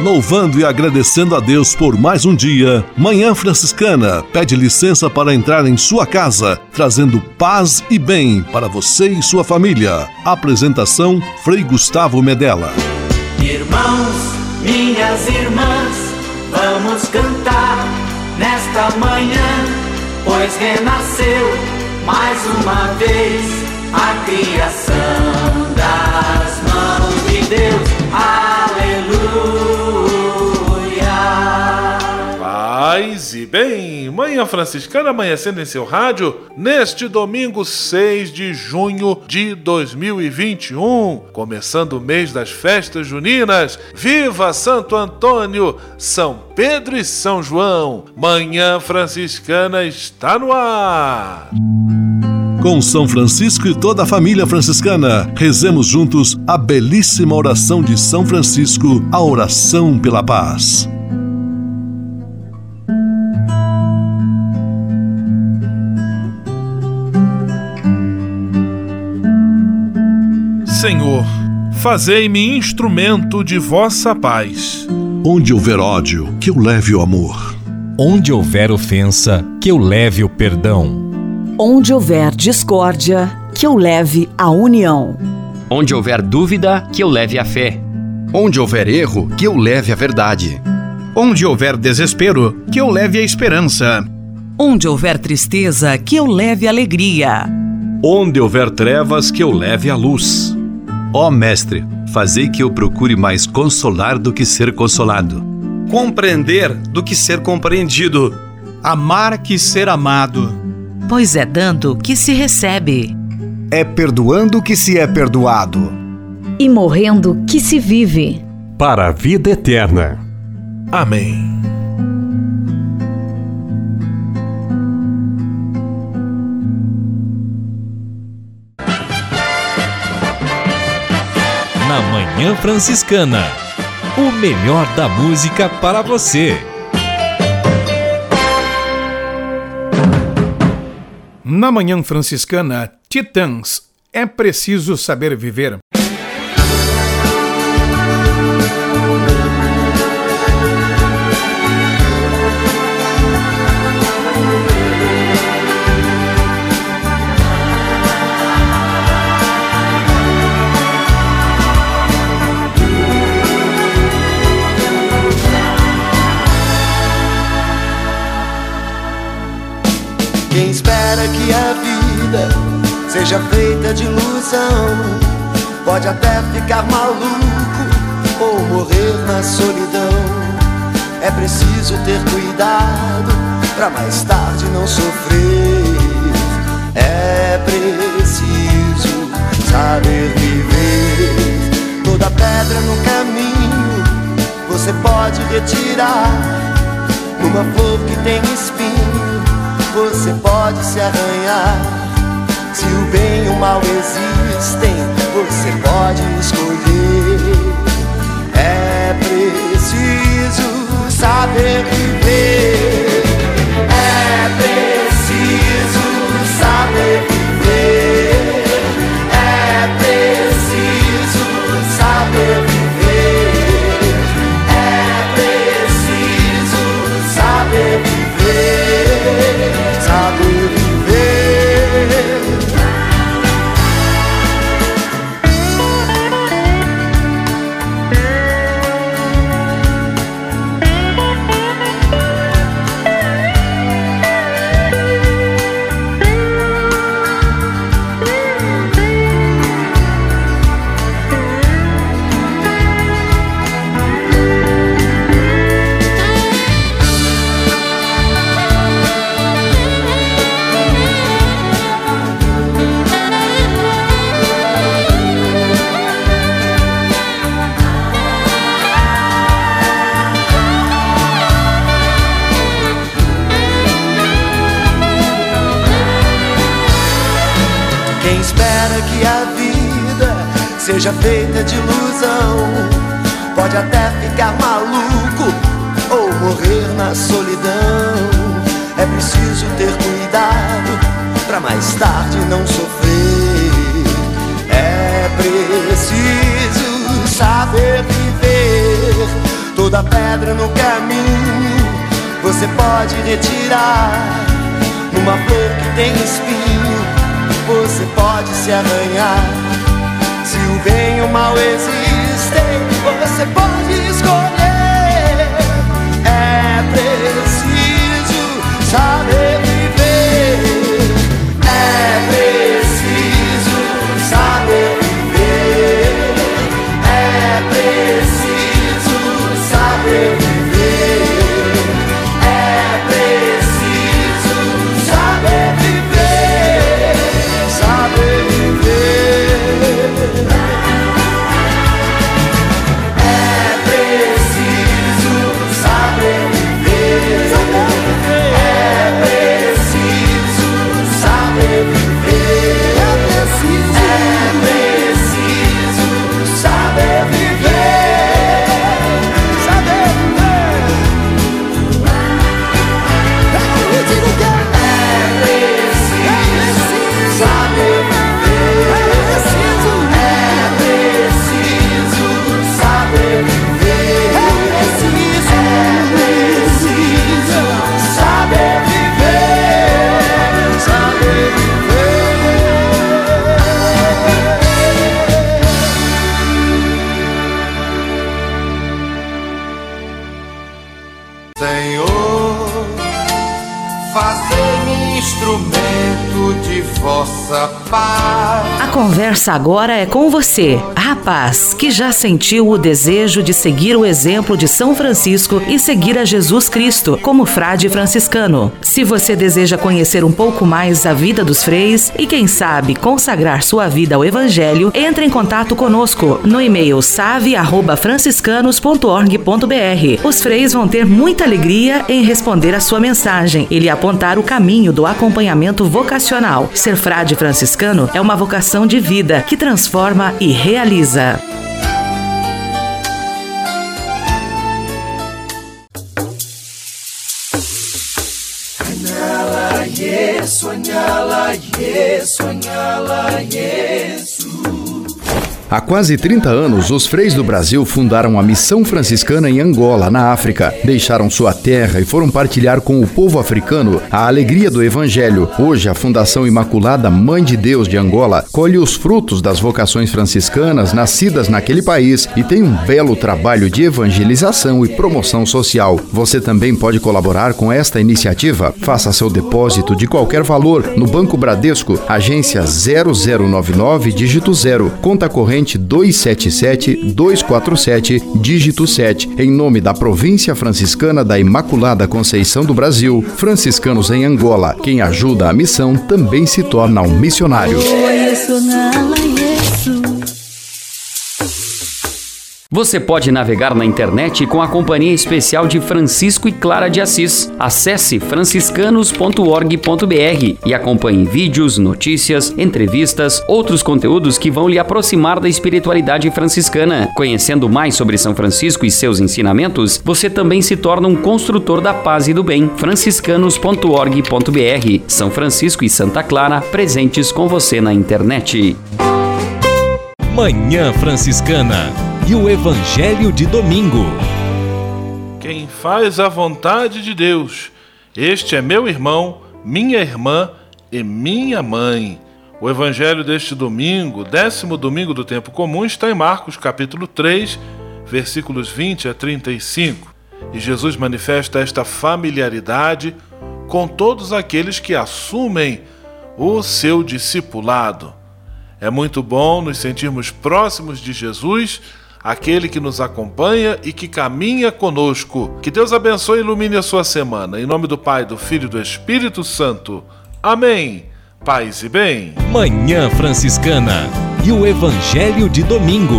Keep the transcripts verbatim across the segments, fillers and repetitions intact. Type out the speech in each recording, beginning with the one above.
Louvando e agradecendo a Deus por mais um dia, Manhã Franciscana pede licença para entrar em sua casa, trazendo paz e bem para você e sua família. Apresentação, Frei Gustavo Medella. Irmãos, minhas irmãs, vamos cantar nesta manhã, pois renasceu mais uma vez a criação das mãos de Deus. Aleluia. Paz e bem, Manhã Franciscana amanhecendo em seu rádio neste domingo seis de junho de dois mil e vinte e um, começando o mês das festas juninas. Viva Santo Antônio, São Pedro e São João. Manhã Franciscana está no ar. Com São Francisco e toda a família franciscana, rezemos juntos a belíssima oração de São Francisco, a oração pela paz. Senhor, fazei-me instrumento de vossa paz. Onde houver ódio, que eu leve o amor. Onde houver ofensa, que eu leve o perdão. Onde houver discórdia, que eu leve a união. Onde houver dúvida, que eu leve a fé. Onde houver erro, que eu leve a verdade. Onde houver desespero, que eu leve a esperança. Onde houver tristeza, que eu leve a alegria. Onde houver trevas, que eu leve a luz. Ó Mestre, fazei que eu procure mais consolar do que ser consolado. Compreender do que ser compreendido. Amar que ser amado. Pois é dando que se recebe. É perdoando que se é perdoado. E morrendo que se vive. Para a vida eterna. Amém. Na Manhã Franciscana, o melhor da música para você. Na Manhã Franciscana, Titãs, é preciso saber viver. Quem espera que a vida seja feita de ilusão pode até ficar maluco ou morrer na solidão. É preciso ter cuidado pra mais tarde não sofrer. É preciso saber viver. Toda pedra no caminho você pode retirar. Numa flor que tem espinho você pode se arranhar. Se o bem e o mal existem, você pode escolher. É preciso saber viver. É preciso saber viver. É preciso saber viver. É preciso saber viver. Saber viver. Quem espera que a vida seja feita de ilusão pode até ficar maluco ou morrer na solidão. É preciso ter cuidado pra mais tarde não sofrer. É preciso saber viver. Toda Toda pedra no caminho você pode retirar. Numa flor que tem espinho você pode se arranhar. Se o bem e o mal existem, você pode escolher. É preciso saber viver. É preciso saber viver. É preciso saber viver. A conversa agora é com você, rapaz, que já sentiu o desejo de seguir o exemplo de São Francisco e seguir a Jesus Cristo como frade franciscano. Se você deseja conhecer um pouco mais a vida dos freis e, quem sabe, consagrar sua vida ao Evangelho, entre em contato conosco no e-mail save arroba franciscanos ponto org ponto br. Os freis vão ter muita alegria em responder a sua mensagem e lhe apontar o caminho do acompanhamento vocacional. Ser frade franciscano é uma vocação de vida que transforma e realiza. Soñala, yes, soñala, yes, soñala, yes. Há quase trinta anos, os freis do Brasil fundaram a Missão Franciscana em Angola, na África. Deixaram sua terra e foram partilhar com o povo africano a alegria do Evangelho. Hoje, a Fundação Imaculada Mãe de Deus de Angola colhe os frutos das vocações franciscanas nascidas naquele país e tem um belo trabalho de evangelização e promoção social. Você também pode colaborar com esta iniciativa. Faça seu depósito de qualquer valor no Banco Bradesco, agência zero zero nove nove, dígito zero, conta corrente dois sete sete dois quatro sete, dígito sete, em nome da Província Franciscana da Imaculada Conceição do Brasil, franciscanos em Angola. Quem ajuda a missão também se torna um missionário. Você pode navegar na internet com a companhia especial de Francisco e Clara de Assis. Acesse franciscanos ponto org ponto br e acompanhe vídeos, notícias, entrevistas, outros conteúdos que vão lhe aproximar da espiritualidade franciscana. Conhecendo mais sobre São Francisco e seus ensinamentos, você também se torna um construtor da paz e do bem. franciscanos ponto org ponto br. São Francisco e Santa Clara, presentes com você na internet. Manhã Franciscana e o Evangelho de domingo. Quem faz a vontade de Deus, este é meu irmão, minha irmã e minha mãe. O Evangelho deste domingo, décimo domingo do tempo comum, está em Marcos capítulo três, versículos vinte a trinta e cinco. E Jesus manifesta esta familiaridade com todos aqueles que assumem o seu discipulado. É muito bom nos sentirmos próximos de Jesus, aquele que nos acompanha e que caminha conosco. Que Deus abençoe e ilumine a sua semana. Em nome do Pai, do Filho e do Espírito Santo. Amém. Paz e bem. Manhã Franciscana e o Evangelho de domingo.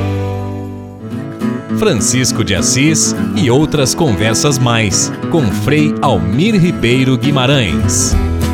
Francisco de Assis e outras conversas mais, com Frei Almir Ribeiro Guimarães.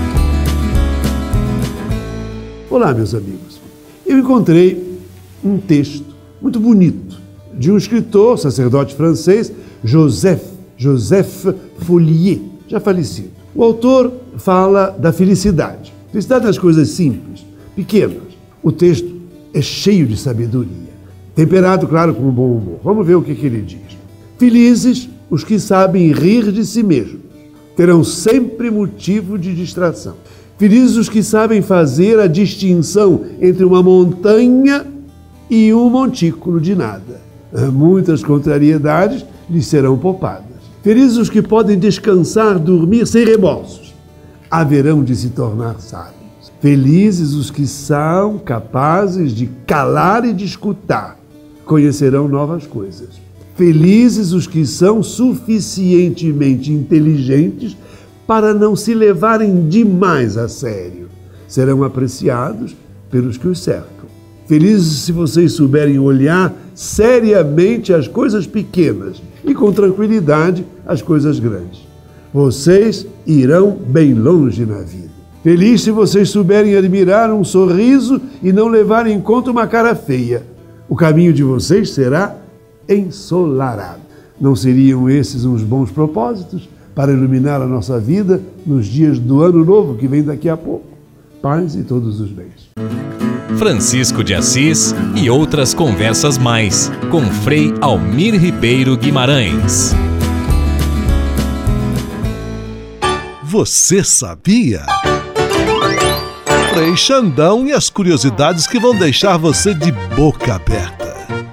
Olá, meus amigos. Eu encontrei um texto muito bonito de um escritor, sacerdote francês, Joseph, Joseph Folliet, já falecido. O autor fala da felicidade. Felicidade das coisas simples, pequenas. O texto é cheio de sabedoria, temperado, claro, com um bom humor. Vamos ver o que, que ele diz. Felizes os que sabem rir de si mesmos, terão sempre motivo de distração. Felizes os que sabem fazer a distinção entre uma montanha e um montículo de nada. Muitas contrariedades lhes serão poupadas. Felizes os que podem descansar, dormir sem remorsos, haverão de se tornar sábios. Felizes os que são capazes de calar e de escutar, conhecerão novas coisas. Felizes os que são suficientemente inteligentes para não se levarem demais a sério, serão apreciados pelos que os cercam. Felizes se vocês souberem olhar seriamente as coisas pequenas e com tranquilidade as coisas grandes. Vocês irão bem longe na vida. Feliz se vocês souberem admirar um sorriso e não levarem em conta uma cara feia. O caminho de vocês será ensolarado. Não seriam esses uns bons propósitos para iluminar a nossa vida nos dias do ano novo que vem daqui a pouco? Paz e todos os bens. Francisco de Assis e outras conversas mais, com Frei Almir Ribeiro Guimarães. Você sabia? Frei Xandão e as curiosidades que vão deixar você de boca aberta.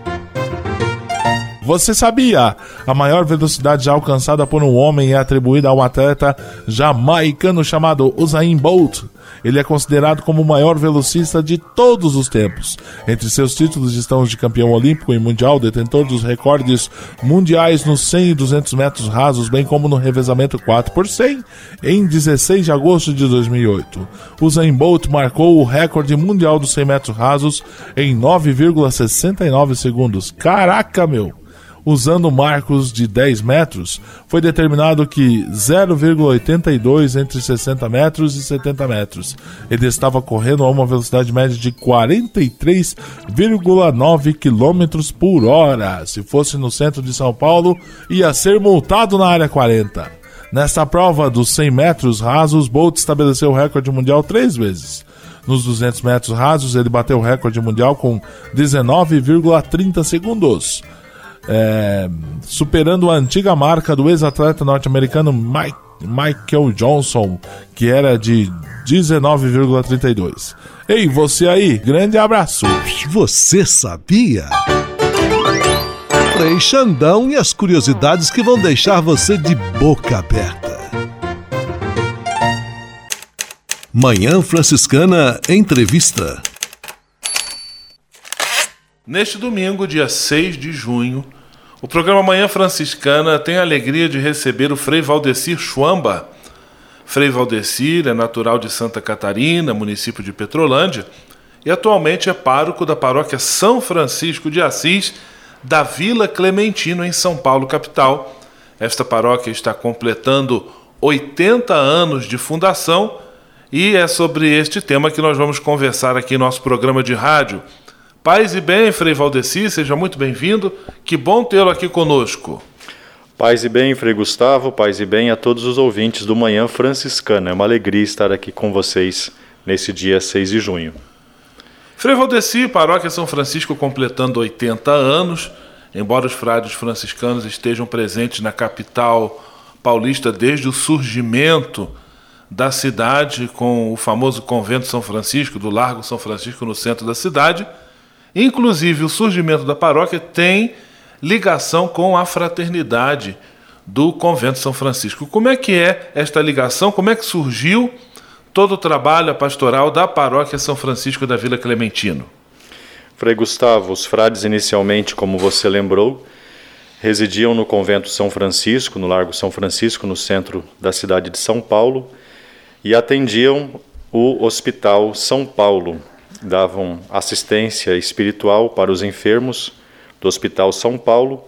Você sabia? A maior velocidade já alcançada por um homem é atribuída a um atleta jamaicano chamado Usain Bolt. Ele é considerado como o maior velocista de todos os tempos. Entre seus títulos estão os de campeão olímpico e mundial, detentor dos recordes mundiais nos cem e duzentos metros rasos, bem como no revezamento quatro por cem, em dezesseis de agosto de dois mil e oito. Usain Bolt marcou o recorde mundial dos cem metros rasos em nove vírgula sessenta e nove segundos. Caraca, meu! Usando marcos de dez metros, foi determinado que zero vírgula oitenta e dois entre sessenta metros e setenta metros. Ele estava correndo a uma velocidade média de quarenta e três vírgula nove quilômetros por hora. Se fosse no centro de São Paulo, ia ser multado na área quarenta. Nesta prova dos cem metros rasos, Bolt estabeleceu o recorde mundial três vezes. Nos duzentos metros rasos, ele bateu o recorde mundial com dezenove vírgula trinta segundos. É, superando a antiga marca do ex-atleta norte-americano Mike, Michael Johnson, que era de dezenove vírgula trinta e dois. Ei, você aí, grande abraço. Você sabia? Frei Xandão e as curiosidades que vão deixar você de boca aberta. Manhã Franciscana Entrevista. Neste domingo, dia seis de junho, o programa Manhã Franciscana tem a alegria de receber o Frei Valdecir Chuamba. Frei Valdecir é natural de Santa Catarina, município de Petrolândia, e atualmente é pároco da paróquia São Francisco de Assis, da Vila Clementino, em São Paulo, capital. Esta paróquia está completando oitenta anos de fundação e é sobre este tema que nós vamos conversar aqui em nosso programa de rádio. Paz e bem, Frei Valdecir, seja muito bem-vindo. Que bom tê-lo aqui conosco. Paz e bem, Frei Gustavo, paz e bem a todos os ouvintes do Manhã Franciscana. É uma alegria estar aqui com vocês nesse dia seis de junho. Frei Valdecir, paróquia São Francisco completando oitenta anos. Embora os frades franciscanos estejam presentes na capital paulista desde o surgimento da cidade, com o famoso Convento São Francisco, do Largo São Francisco, no centro da cidade, inclusive o surgimento da paróquia tem ligação com a fraternidade do Convento São Francisco. Como é que é esta ligação? Como é que surgiu todo o trabalho pastoral da paróquia São Francisco da Vila Clementino? Frei Gustavo, os frades inicialmente, como você lembrou, residiam no Convento São Francisco, no Largo São Francisco, no centro da cidade de São Paulo, e atendiam o Hospital São Paulo. Davam assistência espiritual para os enfermos do Hospital São Paulo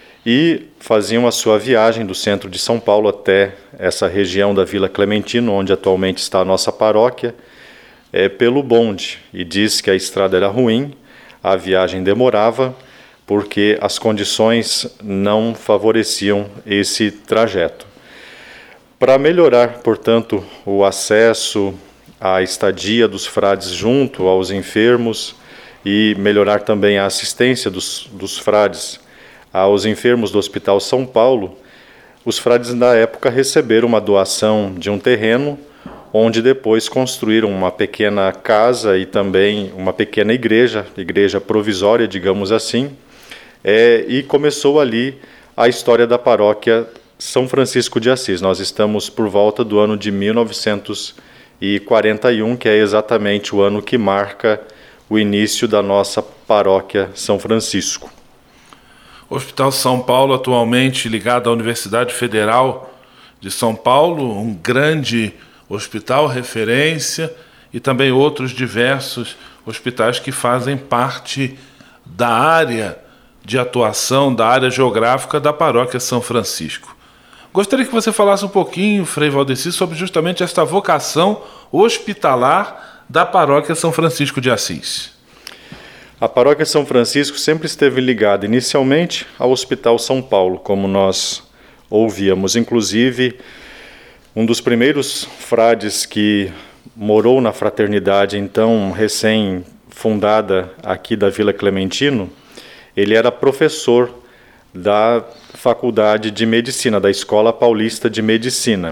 e faziam a sua viagem do centro de São Paulo até essa região da Vila Clementino, onde atualmente está a nossa paróquia, é, pelo bonde. E diz que a estrada era ruim, a viagem demorava, porque as condições não favoreciam esse trajeto. Para melhorar, portanto, o acesso, a estadia dos frades junto aos enfermos e melhorar também a assistência dos, dos frades aos enfermos do Hospital São Paulo, os frades da época receberam uma doação de um terreno, onde depois construíram uma pequena casa e também uma pequena igreja, igreja provisória, digamos assim, é, e começou ali a história da paróquia São Francisco de Assis. Nós estamos por volta do ano de mil novecentos e quarenta e um, que é exatamente o ano que marca o início da nossa paróquia São Francisco. O Hospital São Paulo, atualmente ligado à Universidade Federal de São Paulo, um grande hospital referência, e também outros diversos hospitais que fazem parte da área de atuação, da área geográfica da paróquia São Francisco. Gostaria que você falasse um pouquinho, Frei Valdeci, sobre justamente esta vocação hospitalar da paróquia São Francisco de Assis. A paróquia São Francisco sempre esteve ligada inicialmente ao Hospital São Paulo, como nós ouvíamos. Inclusive, um dos primeiros frades que morou na fraternidade, então recém-fundada aqui da Vila Clementino, ele era professor da Faculdade de Medicina, da Escola Paulista de Medicina.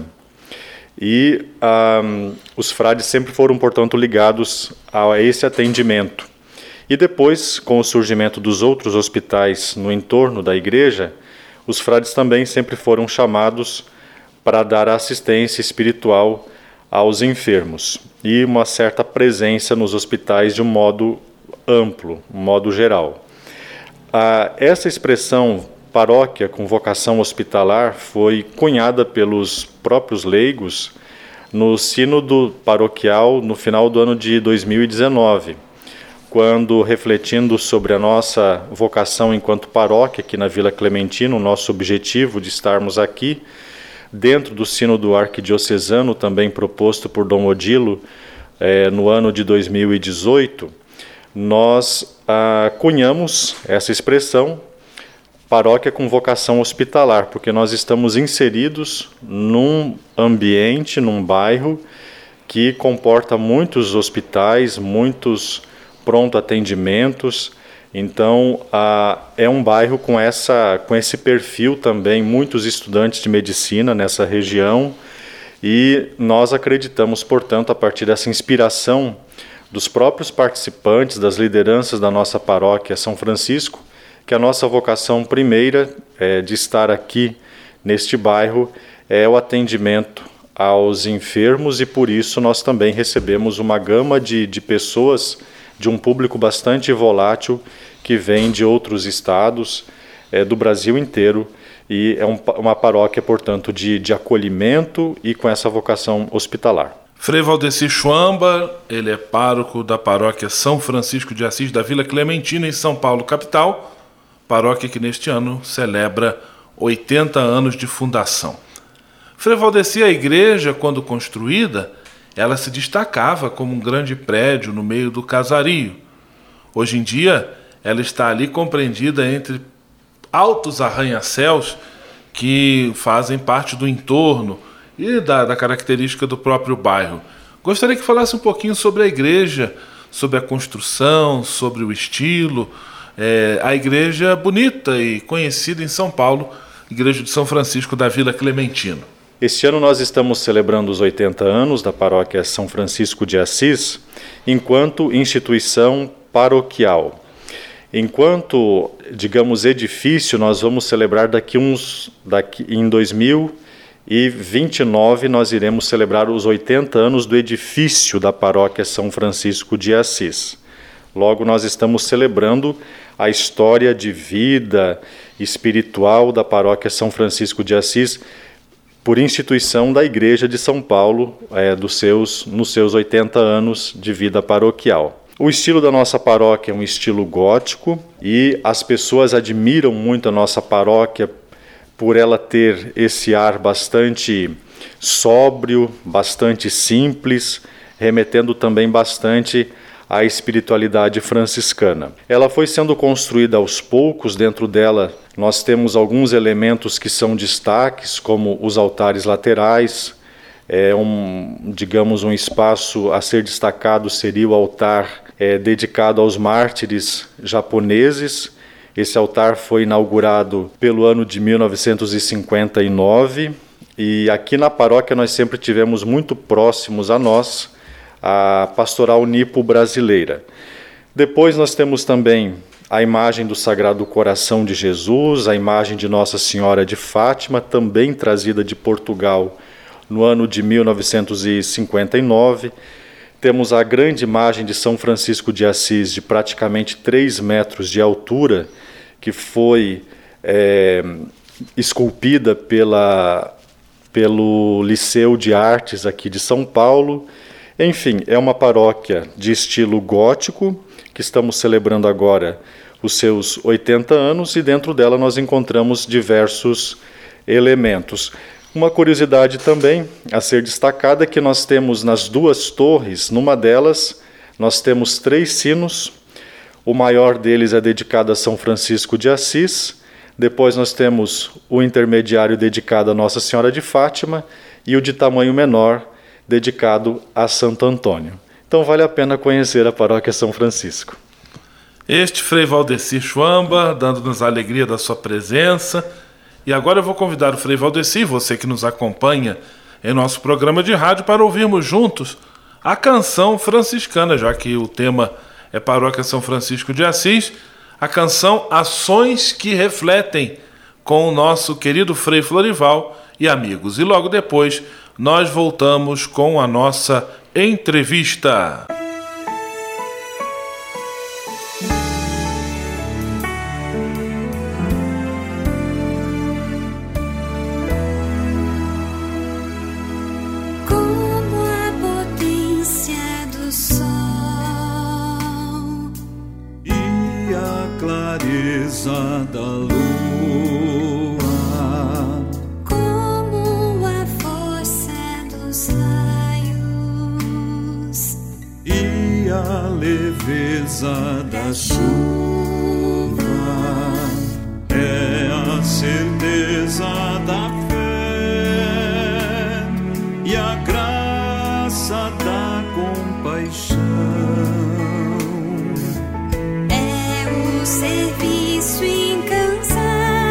E um, os frades sempre foram, portanto, ligados a esse atendimento. E depois, com o surgimento dos outros hospitais no entorno da igreja, os frades também sempre foram chamados para dar assistência espiritual aos enfermos e uma certa presença nos hospitais de um modo amplo, um modo geral. Ah, essa expressão paróquia com vocação hospitalar foi cunhada pelos próprios leigos no sínodo paroquial no final do ano de dois mil e dezenove, quando, refletindo sobre a nossa vocação enquanto paróquia aqui na Vila Clementino, o nosso objetivo de estarmos aqui, dentro do sínodo arquidiocesano, também proposto por Dom Odilo, eh, no ano de dois mil e dezoito, nós ah, cunhamos essa expressão, paróquia com vocação hospitalar, porque nós estamos inseridos num ambiente, num bairro que comporta muitos hospitais, muitos pronto atendimentos. Então ah, é um bairro com, essa, com esse perfil também, muitos estudantes de medicina nessa região, e nós acreditamos, portanto, a partir dessa inspiração dos próprios participantes, das lideranças da nossa paróquia São Francisco, que a nossa vocação primeira é, de estar aqui neste bairro é o atendimento aos enfermos, e por isso nós também recebemos uma gama de, de pessoas, de um público bastante volátil que vem de outros estados, é, do Brasil inteiro, e é um, uma paróquia, portanto, de, de acolhimento e com essa vocação hospitalar. Frei Valdeci Chuamba, ele é pároco da paróquia São Francisco de Assis da Vila Clementina, em São Paulo, capital, paróquia que neste ano celebra oitenta anos de fundação. Frei Valdeci, a igreja, quando construída, ela se destacava como um grande prédio no meio do casario. Hoje em dia, ela está ali compreendida entre altos arranha-céus que fazem parte do entorno e da, da característica do próprio bairro. Gostaria que falasse um pouquinho sobre a igreja, sobre a construção, sobre o estilo. É, a igreja bonita e conhecida em São Paulo, Igreja de São Francisco da Vila Clementino. Este ano nós estamos celebrando os oitenta anos da paróquia São Francisco de Assis, enquanto instituição paroquial. Enquanto, digamos, edifício, nós vamos celebrar daqui uns, daqui, em dois mil e vinte e nove, nós iremos celebrar os oitenta anos do edifício da paróquia São Francisco de Assis. Logo, nós estamos celebrando a história de vida espiritual da paróquia São Francisco de Assis, por instituição da Igreja de São Paulo, é, dos seus, nos seus oitenta anos de vida paroquial. O estilo da nossa paróquia é um estilo gótico, e as pessoas admiram muito a nossa paróquia por ela ter esse ar bastante sóbrio, bastante simples, remetendo também bastante à espiritualidade franciscana. Ela foi sendo construída aos poucos. Dentro dela nós temos alguns elementos que são destaques, como os altares laterais. É um, digamos, um espaço a ser destacado seria o altar é, dedicado aos mártires japoneses, Esse altar foi inaugurado pelo ano de mil novecentos e cinquenta e nove e aqui na paróquia nós sempre tivemos muito próximos a nós a Pastoral Nipo Brasileira. Depois nós temos também a imagem do Sagrado Coração de Jesus, a imagem de Nossa Senhora de Fátima, também trazida de Portugal no ano de mil novecentos e cinquenta e nove. Temos a grande imagem de São Francisco de Assis, de praticamente três metros de altura, que foi é, esculpida pela, pelo Liceu de Artes aqui de São Paulo. Enfim, é uma paróquia de estilo gótico, que estamos celebrando agora os seus oitenta anos, e dentro dela nós encontramos diversos elementos. Uma curiosidade também a ser destacada é que nós temos nas duas torres, numa delas, nós temos três sinos. O maior deles é dedicado a São Francisco de Assis, depois nós temos o intermediário dedicado a Nossa Senhora de Fátima e o de tamanho menor dedicado a Santo Antônio. Então vale a pena conhecer a paróquia São Francisco. Este Frei Valdeci Chuamba, dando-nos a alegria da sua presença. E agora eu vou convidar o Frei Valdeci, você que nos acompanha em nosso programa de rádio, para ouvirmos juntos a canção franciscana, já que o tema é Paróquia São Francisco de Assis, a canção Ações que Refletem, com o nosso querido Frei Florival e amigos. E logo depois nós voltamos com a nossa entrevista. Da lua, como a força dos raios e a leveza da chuva, é a certeza da fé e a graça da compaixão. É o serviço incansável,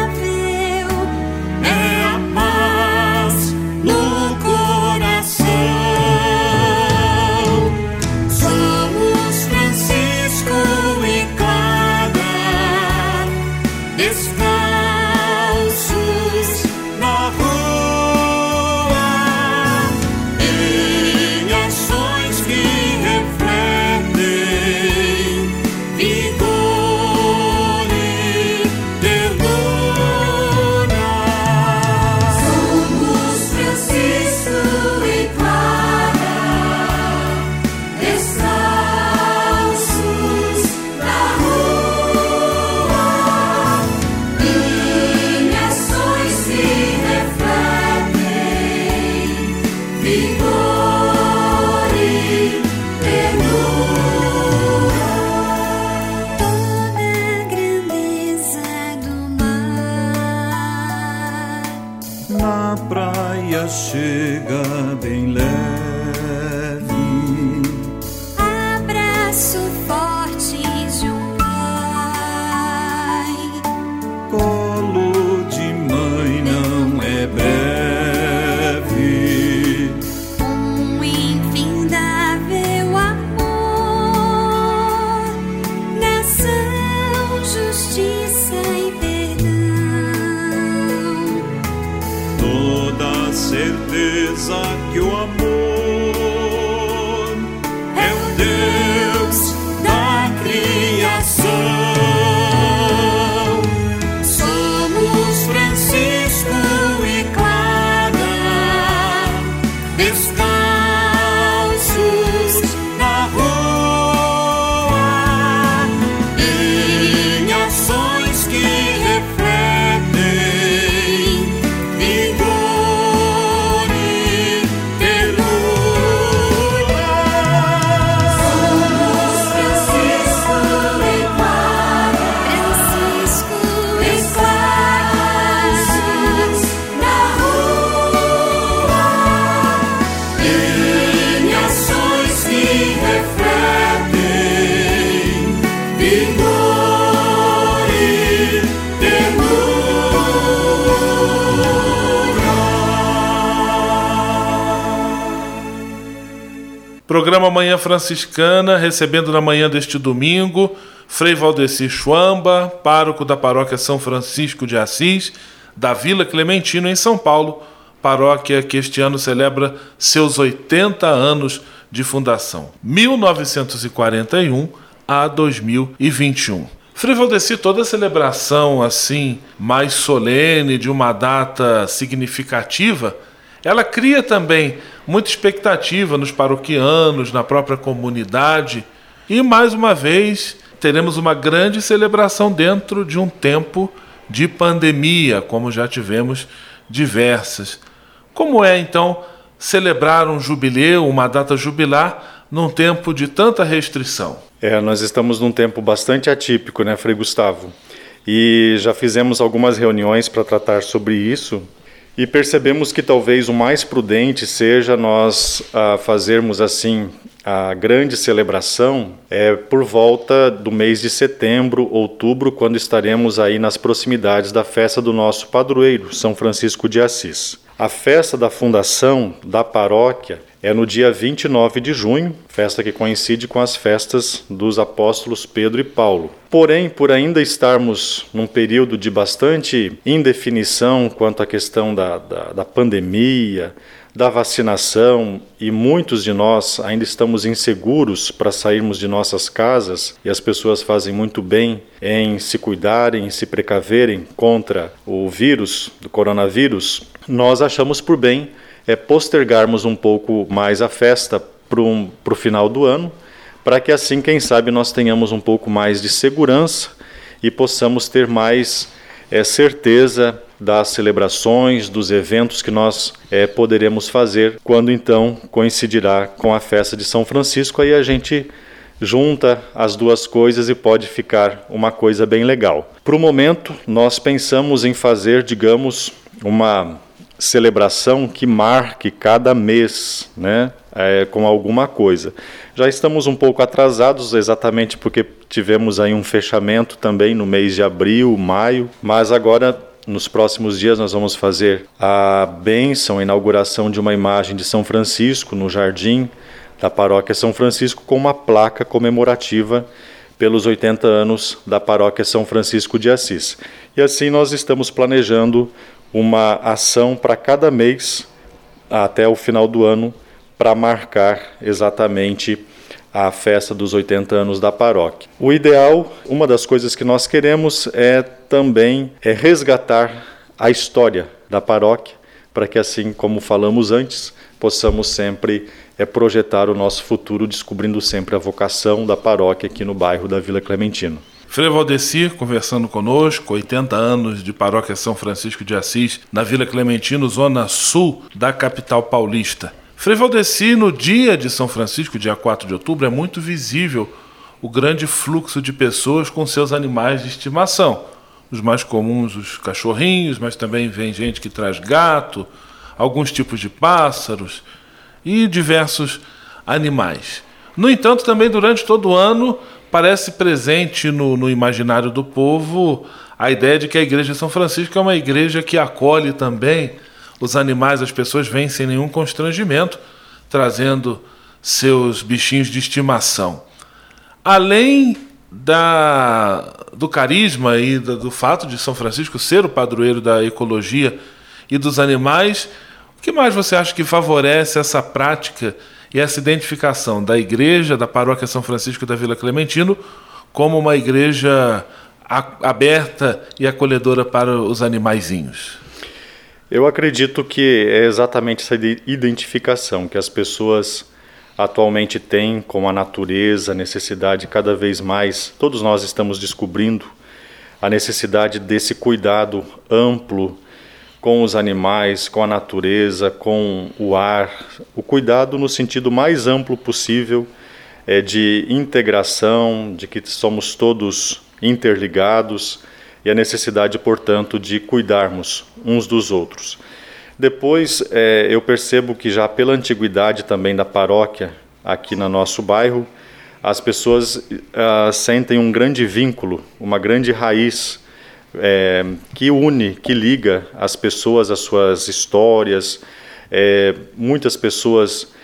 é a paz no coração. Somos Francisco e Clara, descalços na rua, em ações que refletem vigor. Programa Manhã Franciscana, recebendo na manhã deste domingo Frei Valdeci Chuamba, pároco da paróquia São Francisco de Assis, da Vila Clementino, em São Paulo, paróquia que este ano celebra seus oitenta anos de fundação, mil novecentos e quarenta e um a dois mil e vinte e um. Frei Valdeci, toda celebração assim, mais solene, de uma data significativa, ela cria também muita expectativa nos paroquianos, na própria comunidade, e mais uma vez teremos uma grande celebração dentro de um tempo de pandemia, como já tivemos diversas. Como é, então, celebrar um jubileu, uma data jubilar, num tempo de tanta restrição? É, nós estamos num tempo bastante atípico, né, Frei Gustavo? E já fizemos algumas reuniões para tratar sobre isso e percebemos que talvez o mais prudente seja nós ah, fazermos assim a grande celebração é por volta do mês de setembro, outubro, quando estaremos aí nas proximidades da festa do nosso padroeiro, São Francisco de Assis. A festa da fundação da paróquia é no dia vinte e nove de junho, festa que coincide com as festas dos apóstolos Pedro e Paulo. Porém, por ainda estarmos num período de bastante indefinição quanto à questão da, da, da pandemia, da vacinação, e muitos de nós ainda estamos inseguros para sairmos de nossas casas, e as pessoas fazem muito bem em se cuidarem, em se precaverem contra o vírus, do coronavírus, nós achamos por bem é postergarmos um pouco mais a festa para o final do ano, para que assim, quem sabe, nós tenhamos um pouco mais de segurança e possamos ter mais é, certeza das celebrações, dos eventos que nós é, poderemos fazer, quando então coincidirá com a festa de São Francisco. Aí a gente junta as duas coisas e pode ficar uma coisa bem legal. Para o momento, nós pensamos em fazer, digamos, uma celebração que marque cada mês, né, é, com alguma coisa. Já estamos um pouco atrasados, exatamente porque tivemos aí um fechamento também no mês de abril, maio, mas agora, nos próximos dias, nós vamos fazer a bênção, a inauguração de uma imagem de São Francisco no jardim da paróquia São Francisco, com uma placa comemorativa pelos oitenta anos da paróquia São Francisco de Assis. E assim nós estamos planejando uma ação para cada mês até o final do ano, para marcar exatamente a festa dos oitenta anos da paróquia. O ideal, uma das coisas que nós queremos é também é resgatar a história da paróquia, para que assim, como falamos antes, possamos sempre é, projetar o nosso futuro, descobrindo sempre a vocação da paróquia aqui no bairro da Vila Clementino. Frei Valdeci conversando conosco, oitenta anos de paróquia São Francisco de Assis, na Vila Clementino, zona sul da capital paulista. Frei Valdeci, no dia de São Francisco, dia quatro de outubro, é muito visível o grande fluxo de pessoas com seus animais de estimação. Os mais comuns, os cachorrinhos, mas também vem gente que traz gato, alguns tipos de pássaros e diversos animais. No entanto, também durante todo o ano, parece presente no, no imaginário do povo a ideia de que a Igreja de São Francisco é uma igreja que acolhe também os animais, as pessoas vêm sem nenhum constrangimento, trazendo seus bichinhos de estimação. Além da, do carisma e do, do fato de São Francisco ser o padroeiro da ecologia e dos animais, o que mais você acha que favorece essa prática e essa identificação da igreja, da paróquia São Francisco da Vila Clementino, como uma igreja aberta e acolhedora para os animaizinhos? Eu acredito que é exatamente essa identificação que as pessoas atualmente têm com a natureza, a necessidade cada vez mais, todos nós estamos descobrindo a necessidade desse cuidado amplo com os animais, com a natureza, com o ar, o cuidado no sentido mais amplo possível, é, de integração, de que somos todos interligados e a necessidade, portanto, de cuidarmos uns dos outros. Depois, é, eu percebo que já pela antiguidade também da paróquia, aqui no nosso bairro, as pessoas ah, sentem um grande vínculo, uma grande raiz, É, que une, que liga as pessoas às suas histórias. É, muitas pessoas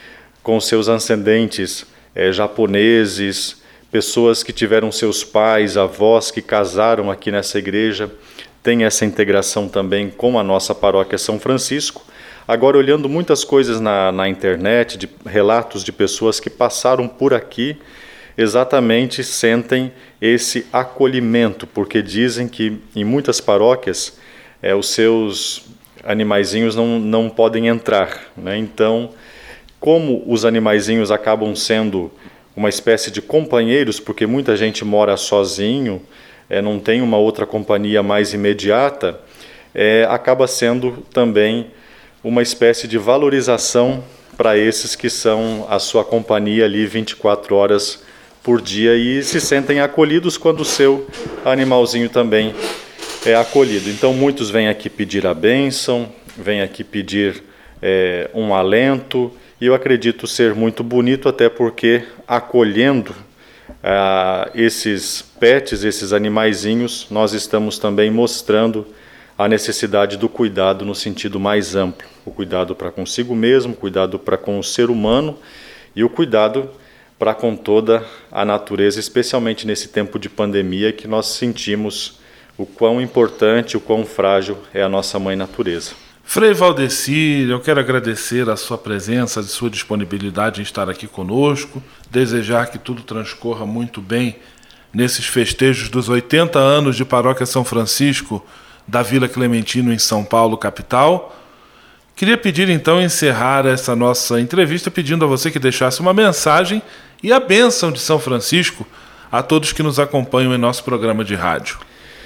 com seus ascendentes é, japoneses, pessoas que tiveram seus pais, avós que casaram aqui nessa igreja, tem essa integração também com a nossa paróquia São Francisco. Agora, olhando muitas coisas na, na internet, de relatos de pessoas que passaram por aqui, exatamente sentem esse acolhimento, porque dizem que em muitas paróquias é, os seus animaizinhos não, não podem entrar, né? Então, como os animaizinhos acabam sendo uma espécie de companheiros, porque muita gente mora sozinho, é, não tem uma outra companhia mais imediata, é, acaba sendo também uma espécie de valorização para esses que são a sua companhia ali vinte e quatro horas por dia e se sentem acolhidos quando o seu animalzinho também é acolhido. Então muitos vêm aqui pedir a bênção, vêm aqui pedir é, um alento, e eu acredito ser muito bonito, até porque acolhendo ah, esses pets, esses animaizinhos, nós estamos também mostrando a necessidade do cuidado no sentido mais amplo. O cuidado para consigo mesmo, o cuidado para com o ser humano e o cuidado para com toda a natureza, especialmente nesse tempo de pandemia que nós sentimos o quão importante, o quão frágil é a nossa mãe natureza. Frei Valdecir, eu quero agradecer a sua presença, a sua disponibilidade em estar aqui conosco, desejar que tudo transcorra muito bem nesses festejos dos oitenta anos de Paróquia São Francisco da Vila Clementino em São Paulo, capital. Queria pedir então encerrar essa nossa entrevista pedindo a você que deixasse uma mensagem e a bênção de São Francisco a todos que nos acompanham em nosso programa de rádio.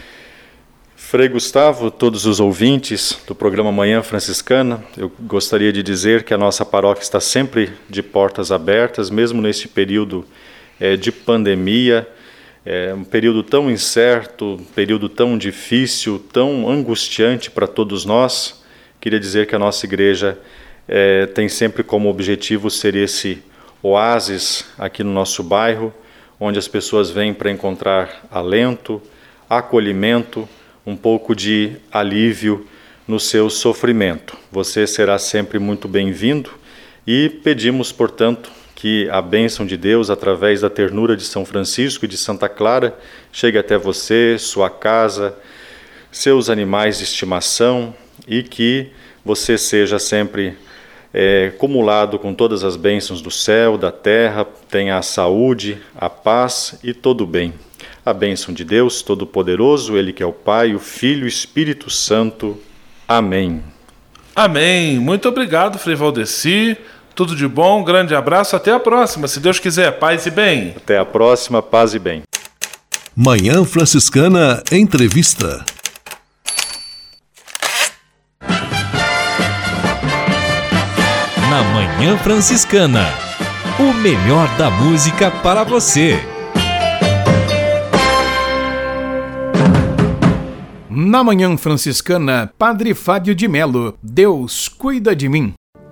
Frei Gustavo, todos os ouvintes do programa Manhã Franciscana, eu gostaria de dizer que a nossa paróquia está sempre de portas abertas, mesmo neste período é, de pandemia, é um período tão incerto, um período tão difícil, tão angustiante para todos nós. Queria dizer que a nossa igreja é, tem sempre como objetivo ser esse oásis aqui no nosso bairro, onde as pessoas vêm para encontrar alento, acolhimento, um pouco de alívio no seu sofrimento. Você será sempre muito bem-vindo e pedimos, portanto, que a bênção de Deus, através da ternura de São Francisco e de Santa Clara, chegue até você, sua casa, seus animais de estimação e que você seja sempre é, cumulado com todas as bênçãos do céu, da terra, tenha a saúde, a paz e todo o bem. A bênção de Deus Todo-Poderoso, Ele que é o Pai, o Filho e o Espírito Santo. Amém. Amém. Muito obrigado, Frei Valdecir. Tudo de bom, um grande abraço. Até a próxima, se Deus quiser. Paz e bem. Até a próxima, paz e bem. Manhã Franciscana Entrevista. Na Manhã Franciscana, o melhor da música para você. Na Manhã Franciscana, Padre Fábio de Melo, Deus cuida de mim.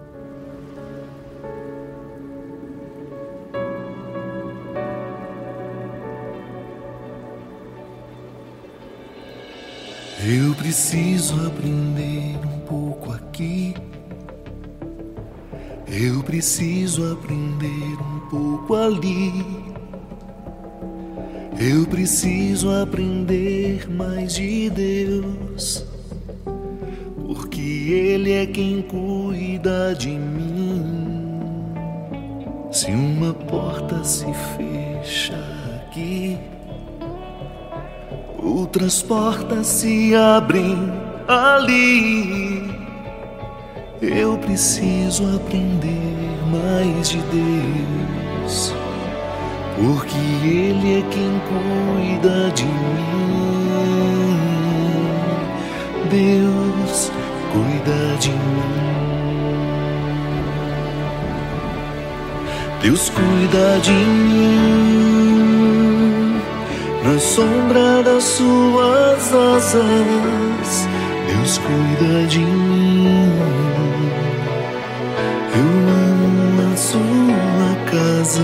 Eu preciso aprender um pouco aqui. Eu preciso aprender um pouco ali. Eu preciso aprender mais de Deus, porque Ele é quem cuida de mim. Se uma porta se fecha aqui, outras portas se abrem ali. Eu preciso aprender mais de Deus, porque Ele é quem cuida de mim. Deus cuida de mim. Deus cuida de mim. Na sombra das suas asas, Deus cuida de mim. Eu amo a sua casa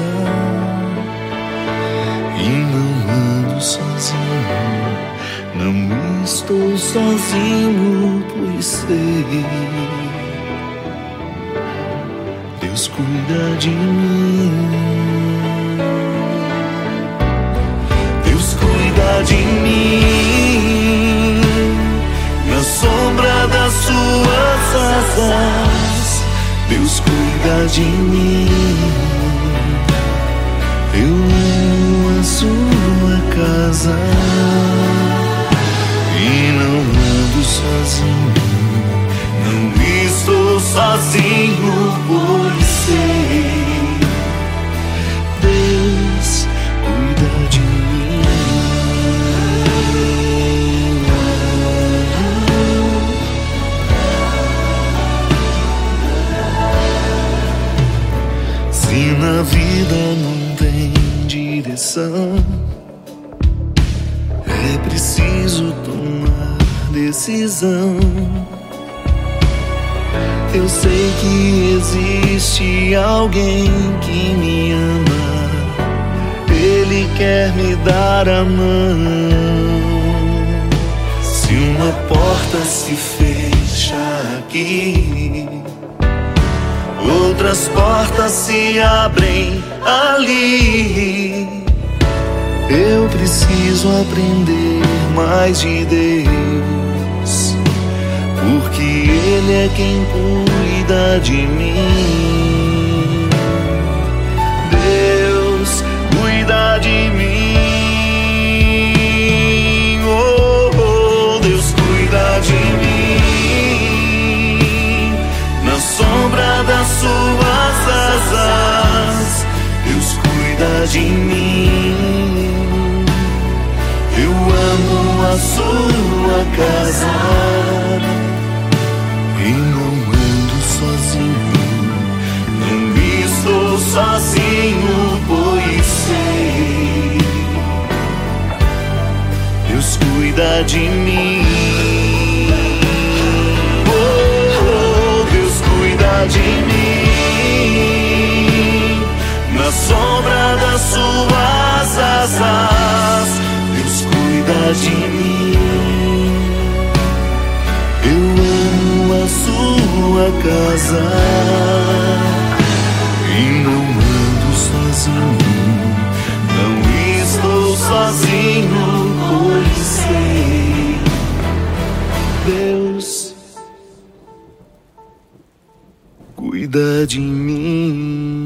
e não ando sozinho, não estou sozinho, pois sei, Deus cuida. cuida de mim. Deus cuida de mim na sombra das suas asas. Deus cuida de mim. Eu amo a sua casa e não ando sozinho. Não estou sozinho, pois sei, Deus cuida de mim. Se na vida não tem direção, é preciso tomar decisão. Eu sei que existe alguém que me ama, Ele quer me dar a mão. Se uma porta se fecha aqui, outras portas se abrem ali. Eu preciso aprender mais de Deus, porque Ele é quem cuida de mim. Deus cuida de mim. Oh, oh, Deus cuida de mim na sombra das suas asas. Deus cuida de mim. Eu amo a sua casa e não ando sozinho. Não estou sozinho, pois sei, Deus cuida de mim. Oh, Deus cuida de mim na sombra das suas asas. Deus cuida de mim. Eu amo a sua casa e não ando sozinho. Não estou sozinho, pois sei, Deus cuida de mim.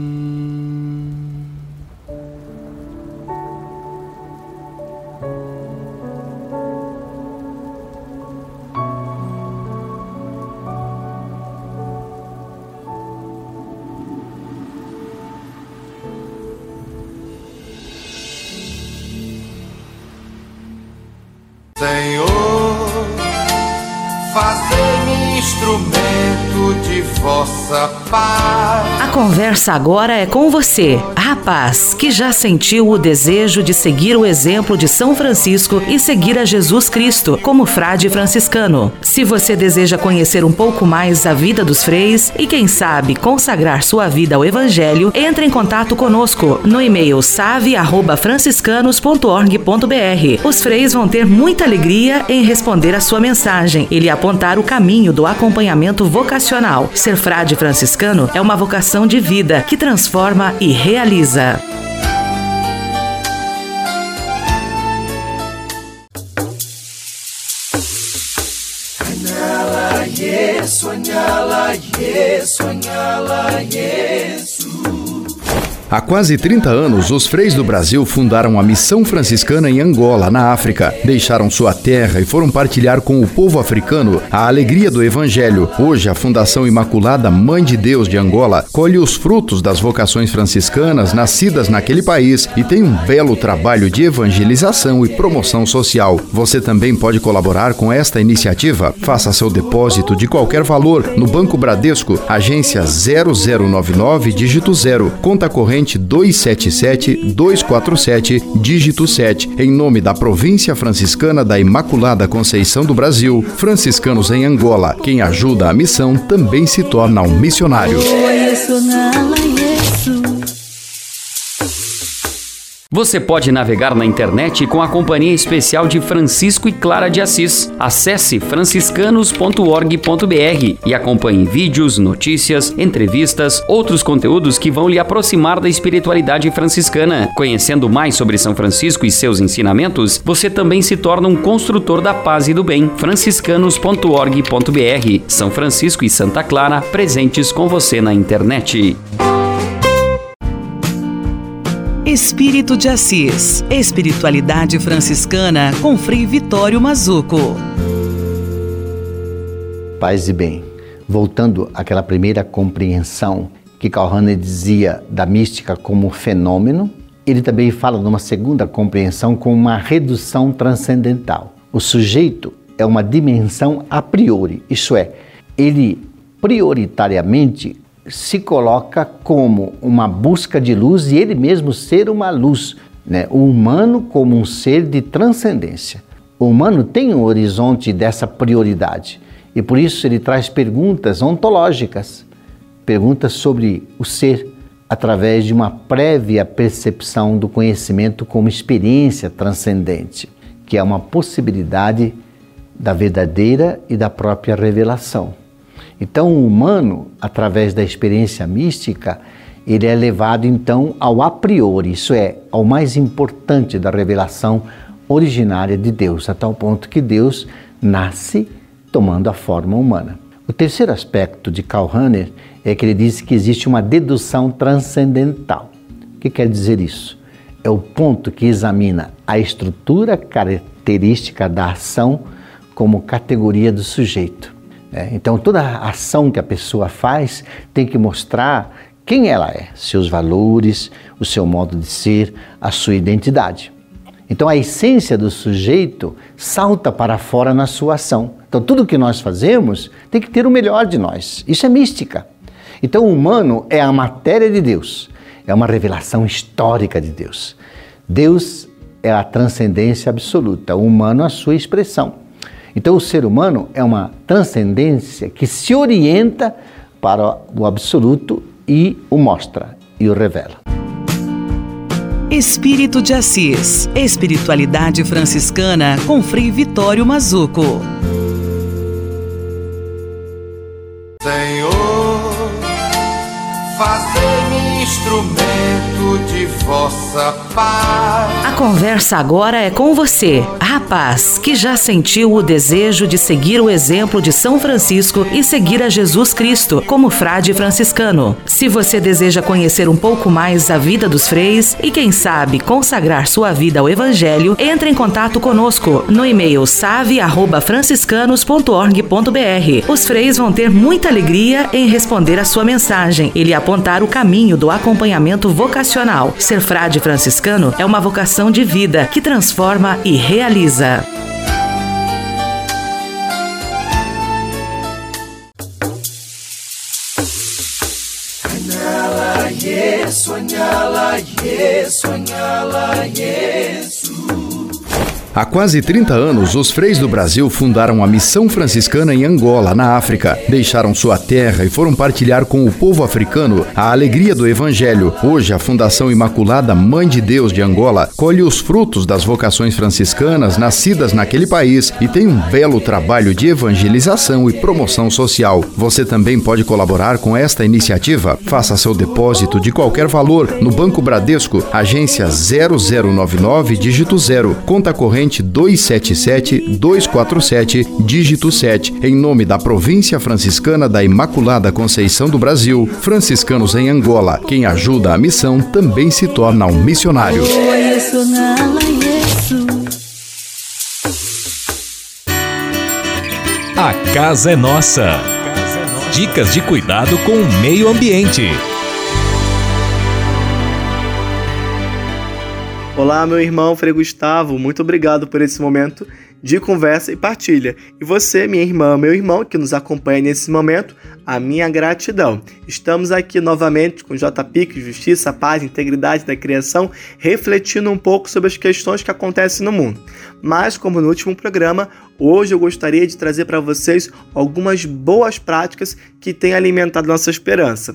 Senhor, fazei-me instrumento de vossa paz. A conversa agora é com você, rapaz, que já sentiu o desejo de seguir o exemplo de São Francisco e seguir a Jesus Cristo como frade franciscano. Se você deseja conhecer um pouco mais a vida dos freis e, quem sabe, consagrar sua vida ao Evangelho, entre em contato conosco no e-mail save arroba franciscanos ponto org ponto br. Os freis vão ter muita alegria em responder a sua mensagem e lhe apontar o caminho do acompanhamento vocacional. Ser frade franciscano é uma vocação de vida que transforma e realiza. Sonhá-la, yes, sonhá-la, yes, sonhá-la, yes. Há quase trinta anos, os freis do Brasil fundaram a Missão Franciscana em Angola, na África. Deixaram sua terra e foram partilhar com o povo africano a alegria do Evangelho. Hoje, a Fundação Imaculada Mãe de Deus de Angola colhe os frutos das vocações franciscanas nascidas naquele país e tem um belo trabalho de evangelização e promoção social. Você também pode colaborar com esta iniciativa. Faça seu depósito de qualquer valor no Banco Bradesco, agência zero zero nove nove, dígito zero, conta corrente dois sete sete dois quatro sete, dígito sete, em nome da Província Franciscana da Imaculada Conceição do Brasil, franciscanos em Angola. Quem ajuda a missão também se torna um missionário. Você pode navegar na internet com a companhia especial de Francisco e Clara de Assis. Acesse franciscanos ponto org ponto br e acompanhe vídeos, notícias, entrevistas, outros conteúdos que vão lhe aproximar da espiritualidade franciscana. Conhecendo mais sobre São Francisco e seus ensinamentos, você também se torna um construtor da paz e do bem. franciscanos ponto org ponto br. São Francisco e Santa Clara, presentes com você na internet. Espírito de Assis. Espiritualidade franciscana com Frei Vitório Mazuco. Paz e bem. Voltando àquela primeira compreensão que Karl Rahner dizia da mística como fenômeno, ele também fala numa segunda compreensão como uma redução transcendental. O sujeito é uma dimensão a priori, isto é, ele prioritariamente se coloca como uma busca de luz e ele mesmo ser uma luz, né? O humano como um ser de transcendência. O humano tem um horizonte dessa prioridade e por isso ele traz perguntas ontológicas, perguntas sobre o ser através de uma prévia percepção do conhecimento como experiência transcendente, que é uma possibilidade da verdadeira e da própria revelação. Então, o humano, através da experiência mística, ele é levado então ao a priori, isso é, ao mais importante da revelação originária de Deus, a tal ponto que Deus nasce tomando a forma humana. O terceiro aspecto de Karl Rahner é que ele diz que existe uma dedução transcendental. O que quer dizer isso? É o ponto que examina a estrutura característica da ação como categoria do sujeito. É, então toda a ação que a pessoa faz tem que mostrar quem ela é, seus valores, o seu modo de ser, a sua identidade. Então a essência do sujeito salta para fora na sua ação. Então tudo que nós fazemos tem que ter o melhor de nós. Isso é mística. Então o humano é a matéria de Deus, é uma revelação histórica de Deus. Deus é a transcendência absoluta, o humano a sua expressão. Então o ser humano é uma transcendência que se orienta para o absoluto e o mostra e o revela. Espírito de Assis. Espiritualidade franciscana com Frei Vitório Mazuco. Senhor, fazei-me instrumento de vossa paz. A conversa agora é com você, rapaz, que já sentiu o desejo de seguir o exemplo de São Francisco e seguir a Jesus Cristo como frade franciscano. Se você deseja conhecer um pouco mais a vida dos freis e, quem sabe, consagrar sua vida ao Evangelho, entre em contato conosco no e-mail save arroba franciscanos ponto org ponto br. Os freis vão ter muita alegria em responder a sua mensagem e lhe apontar o caminho do acompanhamento vocacional. Ser frade franciscano é uma vocação de vida que transforma e realiza. Soñala, yes, soñala, yes, soñala, yes. Há quase trinta anos, os freis do Brasil fundaram a Missão Franciscana em Angola, na África. Deixaram sua terra e foram partilhar com o povo africano a alegria do Evangelho. Hoje, a Fundação Imaculada Mãe de Deus de Angola colhe os frutos das vocações franciscanas nascidas naquele país e tem um belo trabalho de evangelização e promoção social. Você também pode colaborar com esta iniciativa. Faça seu depósito de qualquer valor no Banco Bradesco, agência zero zero nove nove, dígito zero, conta corrente dois sete sete dois quatro sete, dígito sete, em nome da Província Franciscana da Imaculada Conceição do Brasil, franciscanos em Angola. Quem ajuda a missão também se torna um missionário. A casa é nossa. Dicas de cuidado com o meio ambiente. Olá, meu irmão Frei Gustavo, muito obrigado por esse momento de conversa e partilha. E você, minha irmã, meu irmão, que nos acompanha nesse momento, a minha gratidão. Estamos aqui novamente com J P I C, Justiça, Paz, Integridade da Criação, refletindo um pouco sobre as questões que acontecem no mundo. Mas, como no último programa, hoje eu gostaria de trazer para vocês algumas boas práticas que têm alimentado nossa esperança.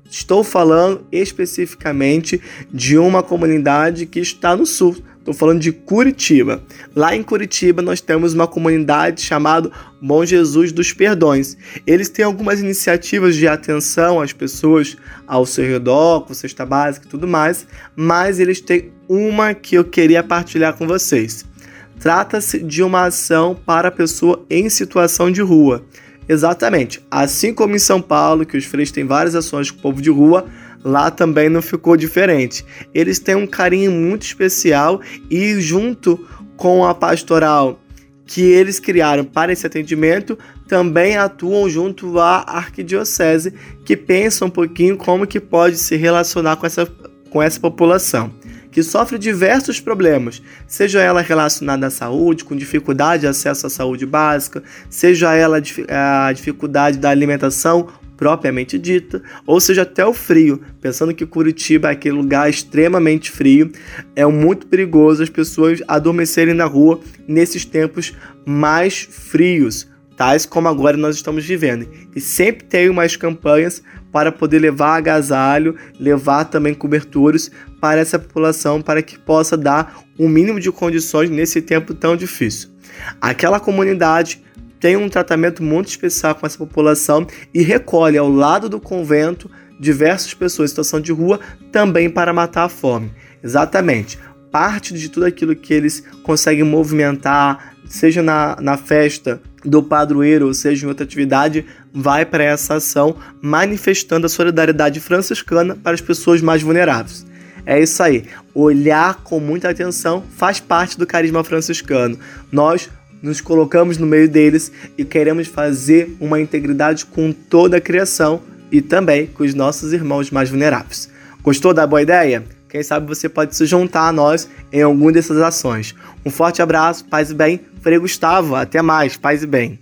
Estou falando especificamente de uma comunidade que está no sul. Estou falando de Curitiba. Lá em Curitiba nós temos uma comunidade chamada Bom Jesus dos Perdões. Eles têm algumas iniciativas de atenção às pessoas ao seu redor, com cesta básica e tudo mais, mas eles têm uma que eu queria partilhar com vocês. Trata-se de uma ação para a pessoa em situação de rua. Exatamente, assim como em São Paulo, que os freios têm várias ações com o povo de rua, lá também não ficou diferente. Eles têm um carinho muito especial e junto com a pastoral que eles criaram para esse atendimento, também atuam junto à arquidiocese, que pensa um pouquinho como que pode se relacionar com essa, com essa população, que sofre diversos problemas, seja ela relacionada à saúde, com dificuldade de acesso à saúde básica, seja ela a dificuldade da alimentação propriamente dita, ou seja, até o frio, pensando que Curitiba é aquele lugar extremamente frio, é muito perigoso as pessoas adormecerem na rua nesses tempos mais frios, tais como agora nós estamos vivendo. E sempre tem umas campanhas para poder levar agasalho, levar também coberturas para essa população, para que possa dar um mínimo de condições nesse tempo tão difícil. Aquela comunidade tem um tratamento muito especial com essa população e recolhe ao lado do convento diversas pessoas em situação de rua também para matar a fome. Exatamente, parte de tudo aquilo que eles conseguem movimentar, seja na, na festa do padroeiro ou seja em outra atividade, vai para essa ação, manifestando a solidariedade franciscana para as pessoas mais vulneráveis. É isso aí, olhar com muita atenção faz parte do carisma franciscano. Nós nos colocamos no meio deles e queremos fazer uma integridade com toda a criação e também com os nossos irmãos mais vulneráveis. Gostou da boa ideia? Quem sabe você pode se juntar a nós em alguma dessas ações. Um forte abraço, paz e bem. Frei Gustavo, até mais, paz e bem.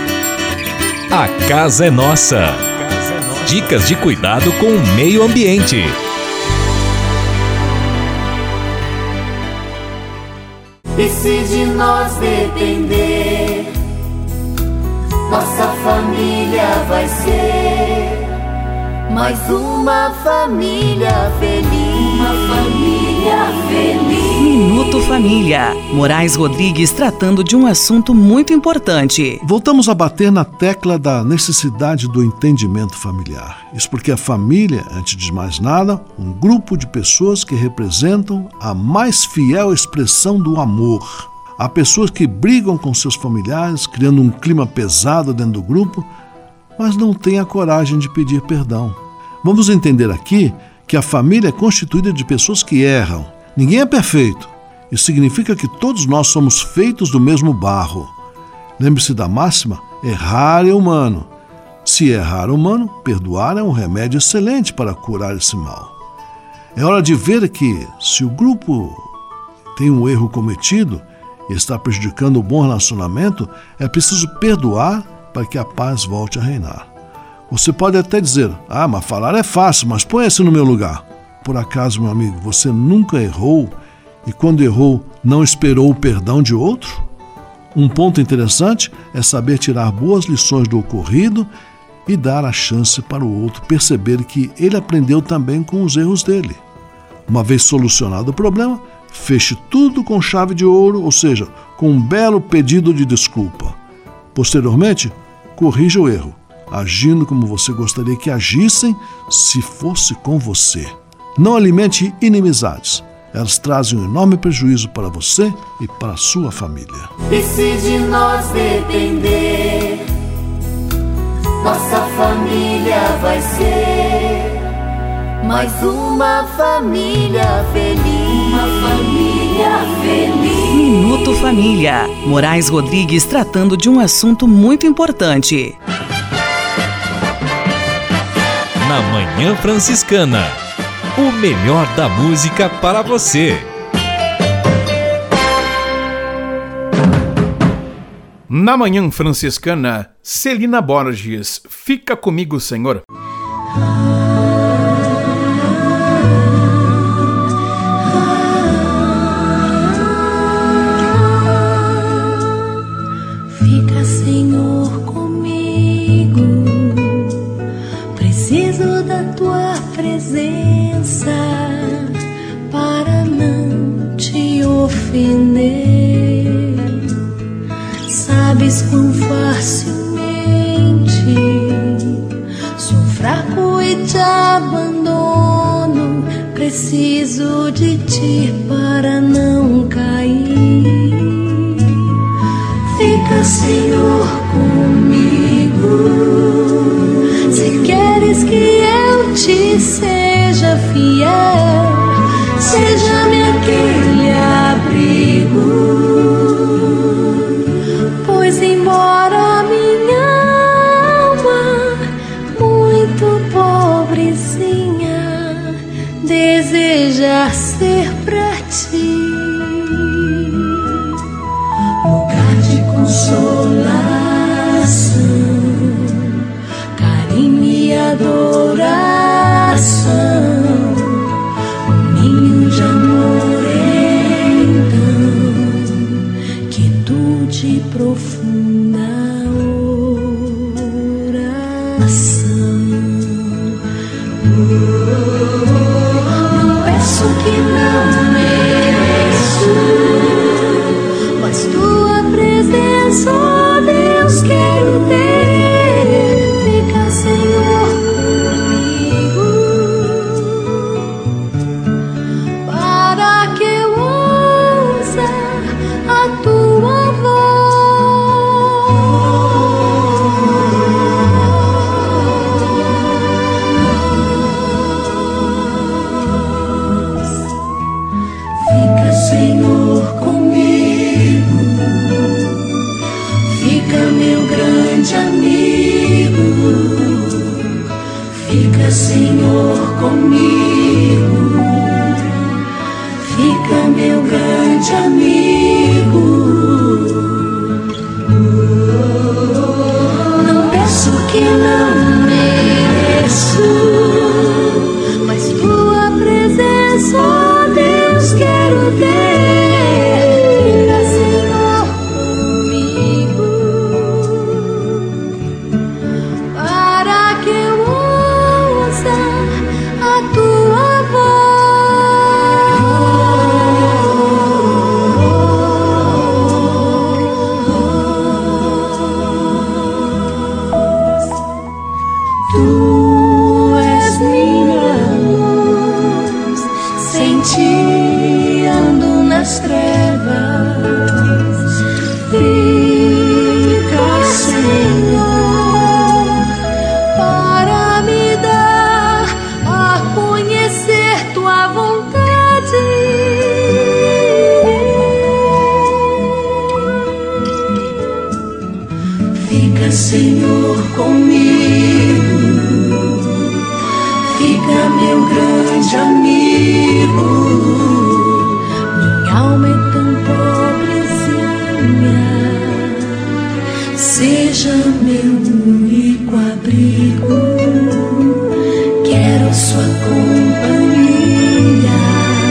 A casa é nossa. Dicas de cuidado com o meio ambiente. E se de nós depender, nossa família vai ser mais uma família feliz. Uma família feliz. Minuto Família. Moraes Rodrigues tratando de um assunto muito importante. Voltamos a bater na tecla da necessidade do entendimento familiar. Isso porque a família, antes de mais nada, um grupo de pessoas que representam a mais fiel expressão do amor. Há pessoas que brigam com seus familiares, criando um clima pesado dentro do grupo, mas não têm a coragem de pedir perdão. Vamos entender aqui que a família é constituída de pessoas que erram. Ninguém é perfeito. Isso significa que todos nós somos feitos do mesmo barro. Lembre-se da máxima, errar é humano. Se errar é humano, perdoar é um remédio excelente para curar esse mal. É hora de ver que, se o grupo tem um erro cometido e está prejudicando o bom relacionamento, é preciso perdoar para que a paz volte a reinar. Você pode até dizer, ah, mas falar é fácil, mas põe-se no meu lugar. Por acaso, meu amigo, você nunca errou e quando errou não esperou o perdão de outro? Um ponto interessante é saber tirar boas lições do ocorrido e dar a chance para o outro perceber que ele aprendeu também com os erros dele. Uma vez solucionado o problema, feche tudo com chave de ouro, ou seja, com um belo pedido de desculpa. Posteriormente, corrija o erro, agindo como você gostaria que agissem se fosse com você. Não alimente inimizades. Elas trazem um enorme prejuízo para você e para a sua família. E se de nós depender, nossa família vai ser mais uma família feliz. Uma família feliz. Minuto Família. Moraes Rodrigues tratando de um assunto muito importante. Na Manhã Franciscana, o melhor da música para você. Na Manhã Franciscana, Celina Borges, Fica Comigo, Senhor. Fica, Senhor, comigo. Preciso da tua ofender. Sabes quão facilmente sou fraco e te abandono. Preciso de ti para não cair. Fica, Senhor, comigo. Se queres que eu te seja fiel, seja-me aquele abrigo. Pois embora minha alma, muito pobrezinha, deseja ser pra ti lugar de consolação, carinho e adoração, um ninho de amor, então, quietude profunda oração. Não peço que não mereço, mas tua presença, ó Deus, quero ter. Fica, Senhor, comigo, para que eu ouça a tua voz. Fica, Senhor, comigo. Fica, meu grande amigo. Fica, Senhor, comigo. Fica, meu grande amigo. Não peço que não mereço, mas tua presença, ó Deus, quero ter. Fica, Senhor, comigo, para que eu ouça a tua voz. Tu és minha luz, sem ti ando nas trevas. Fica, Senhor, para me dar a conhecer tua vontade. Fica, Senhor, comigo. Fica, meu grande amigo. Minha alma é tão pobrezinha, seja meu único abrigo. Quero sua companhia,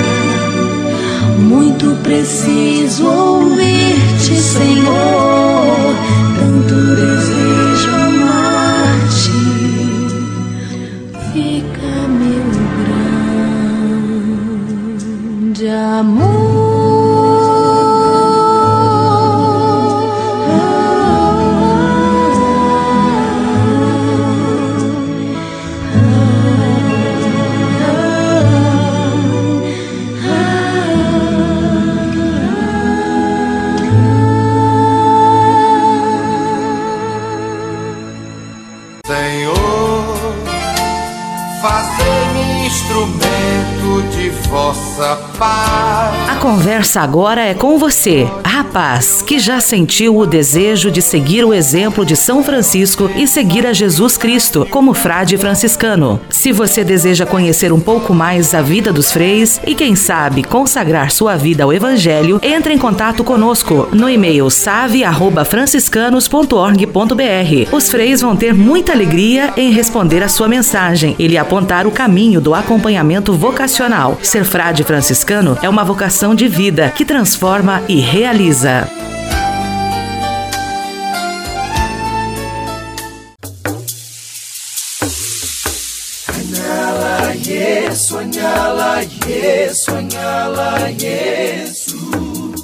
muito preciso ouvir-te, Senhor. Tanto desejo amar-te. Fica, meu grande amor. Senhor, fazei-me instrumento de vossa paz. A conversa agora é com você, rapaz, que já sentiu o desejo de seguir o exemplo de São Francisco e seguir a Jesus Cristo como frade franciscano. Se você deseja conhecer um pouco mais a vida dos freis e, quem sabe, consagrar sua vida ao Evangelho, entre em contato conosco no e-mail save arroba franciscanos ponto org ponto br. Os freis vão ter muita alegria em responder a sua mensagem e lhe apontar o caminho do acompanhamento vocacional. Ser frade franciscano é uma vocação de vida que transforma e realiza. Añala Yesu, añala Yesu, añala Yesu.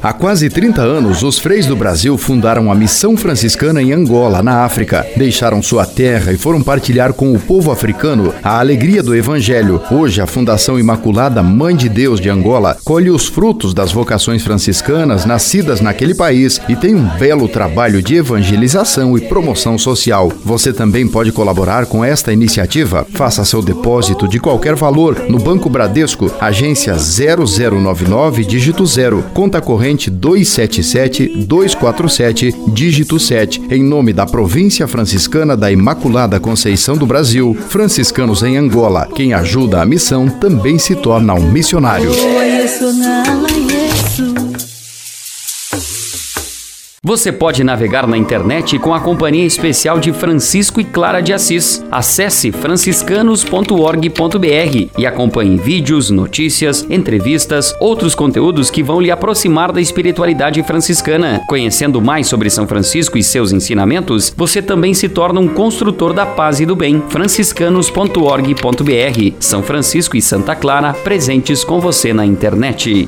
Há quase trinta anos, os freis do Brasil fundaram a Missão Franciscana em Angola, na África. Deixaram sua terra e foram partilhar com o povo africano a alegria do Evangelho. Hoje, a Fundação Imaculada Mãe de Deus de Angola colhe os frutos das vocações franciscanas nascidas naquele país e tem um belo trabalho de evangelização e promoção social. Você também pode colaborar com esta iniciativa. Faça seu depósito de qualquer valor no Banco Bradesco, agência zero zero nove nove, dígito zero, conta corrente dois sete sete dois quatro sete, dígito sete, em nome da Província Franciscana da Imaculada Conceição do Brasil, franciscanos em Angola. Quem ajuda a missão também se torna um missionário. Você pode navegar na internet com a companhia especial de Francisco e Clara de Assis. Acesse franciscanos ponto org ponto br e acompanhe vídeos, notícias, entrevistas, outros conteúdos que vão lhe aproximar da espiritualidade franciscana. Conhecendo mais sobre São Francisco e seus ensinamentos, você também se torna um construtor da paz e do bem. franciscanos ponto org ponto br. São Francisco e Santa Clara, presentes com você na internet.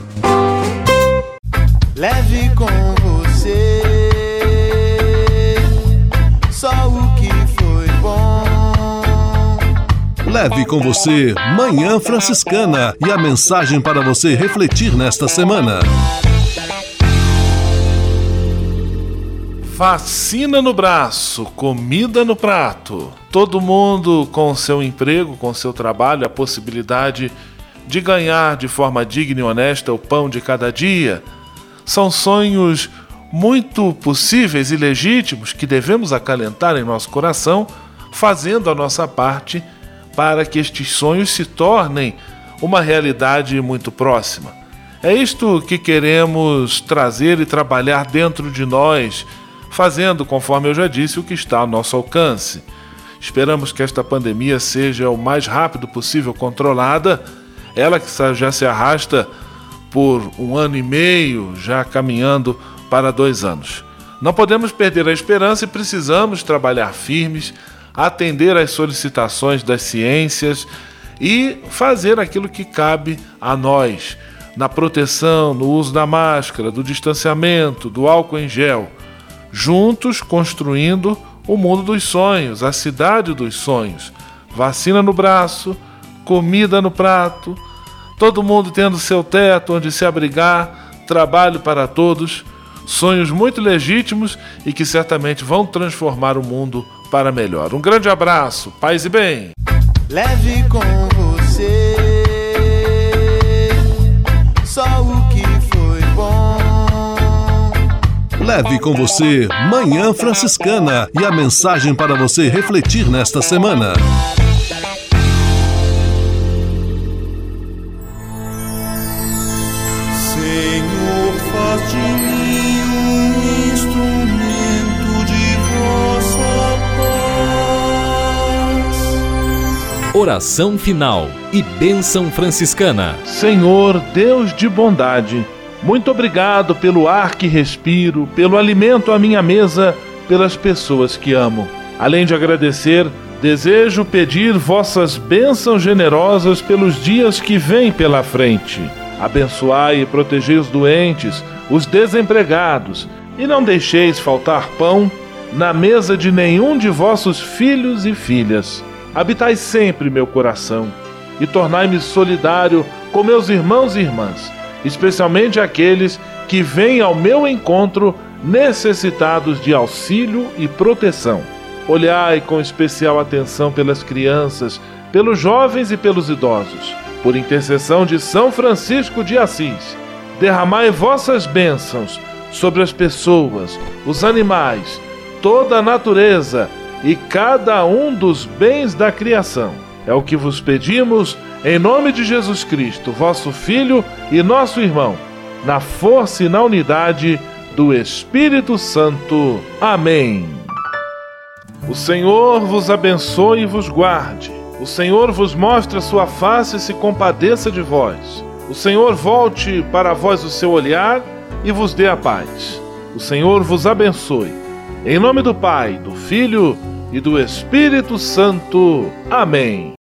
Leve com você só o que foi bom. Leve com você Manhã Franciscana e a mensagem para você refletir nesta semana. Vacina no braço, comida no prato. Todo mundo com seu emprego, com seu trabalho, a possibilidade de ganhar de forma digna e honesta o pão de cada dia. São sonhos muito possíveis e legítimos que devemos acalentar em nosso coração, fazendo a nossa parte para que estes sonhos se tornem uma realidade muito próxima. É isto que queremos trazer e trabalhar dentro de nós, fazendo, conforme eu já disse, o que está ao nosso alcance. Esperamos que esta pandemia seja o mais rápido possível controlada, ela que já se arrasta por um ano e meio, já caminhando para dois anos. Não podemos perder a esperança e precisamos trabalhar firmes, atender às solicitações das ciências e fazer aquilo que cabe a nós, na proteção, no uso da máscara, do distanciamento, do álcool em gel, juntos construindo o mundo dos sonhos, a cidade dos sonhos. Vacina no braço, comida no prato, todo mundo tendo seu teto onde se abrigar, trabalho para todos, sonhos muito legítimos e que certamente vão transformar o mundo para melhor. Um grande abraço, paz e bem. Leve com você só o que foi bom. Leve com você Manhã Franciscana e a mensagem para você refletir nesta semana. Senhor, faz de mim um instrumento de vossa paz. Oração final e bênção franciscana. Senhor, Deus de bondade, muito obrigado pelo ar que respiro, pelo alimento à minha mesa, pelas pessoas que amo. Além de agradecer, desejo pedir vossas bênçãos generosas pelos dias que vêm pela frente. Abençoai e protegei os doentes, os desempregados, e não deixeis faltar pão na mesa de nenhum de vossos filhos e filhas. Habitai sempre meu coração, e tornai-me solidário com meus irmãos e irmãs, especialmente aqueles que vêm ao meu encontro necessitados de auxílio e proteção. Olhai com especial atenção pelas crianças, pelos jovens e pelos idosos. Por intercessão de São Francisco de Assis, derramai vossas bênçãos sobre as pessoas, os animais, toda a natureza e cada um dos bens da criação. É o que vos pedimos em nome de Jesus Cristo, vosso Filho e nosso irmão, na força e na unidade do Espírito Santo. Amém. O Senhor vos abençoe e vos guarde. O Senhor vos mostre a sua face e se compadeça de vós. O Senhor volte para vós o seu olhar e vos dê a paz. O Senhor vos abençoe. Em nome do Pai, do Filho e do Espírito Santo. Amém.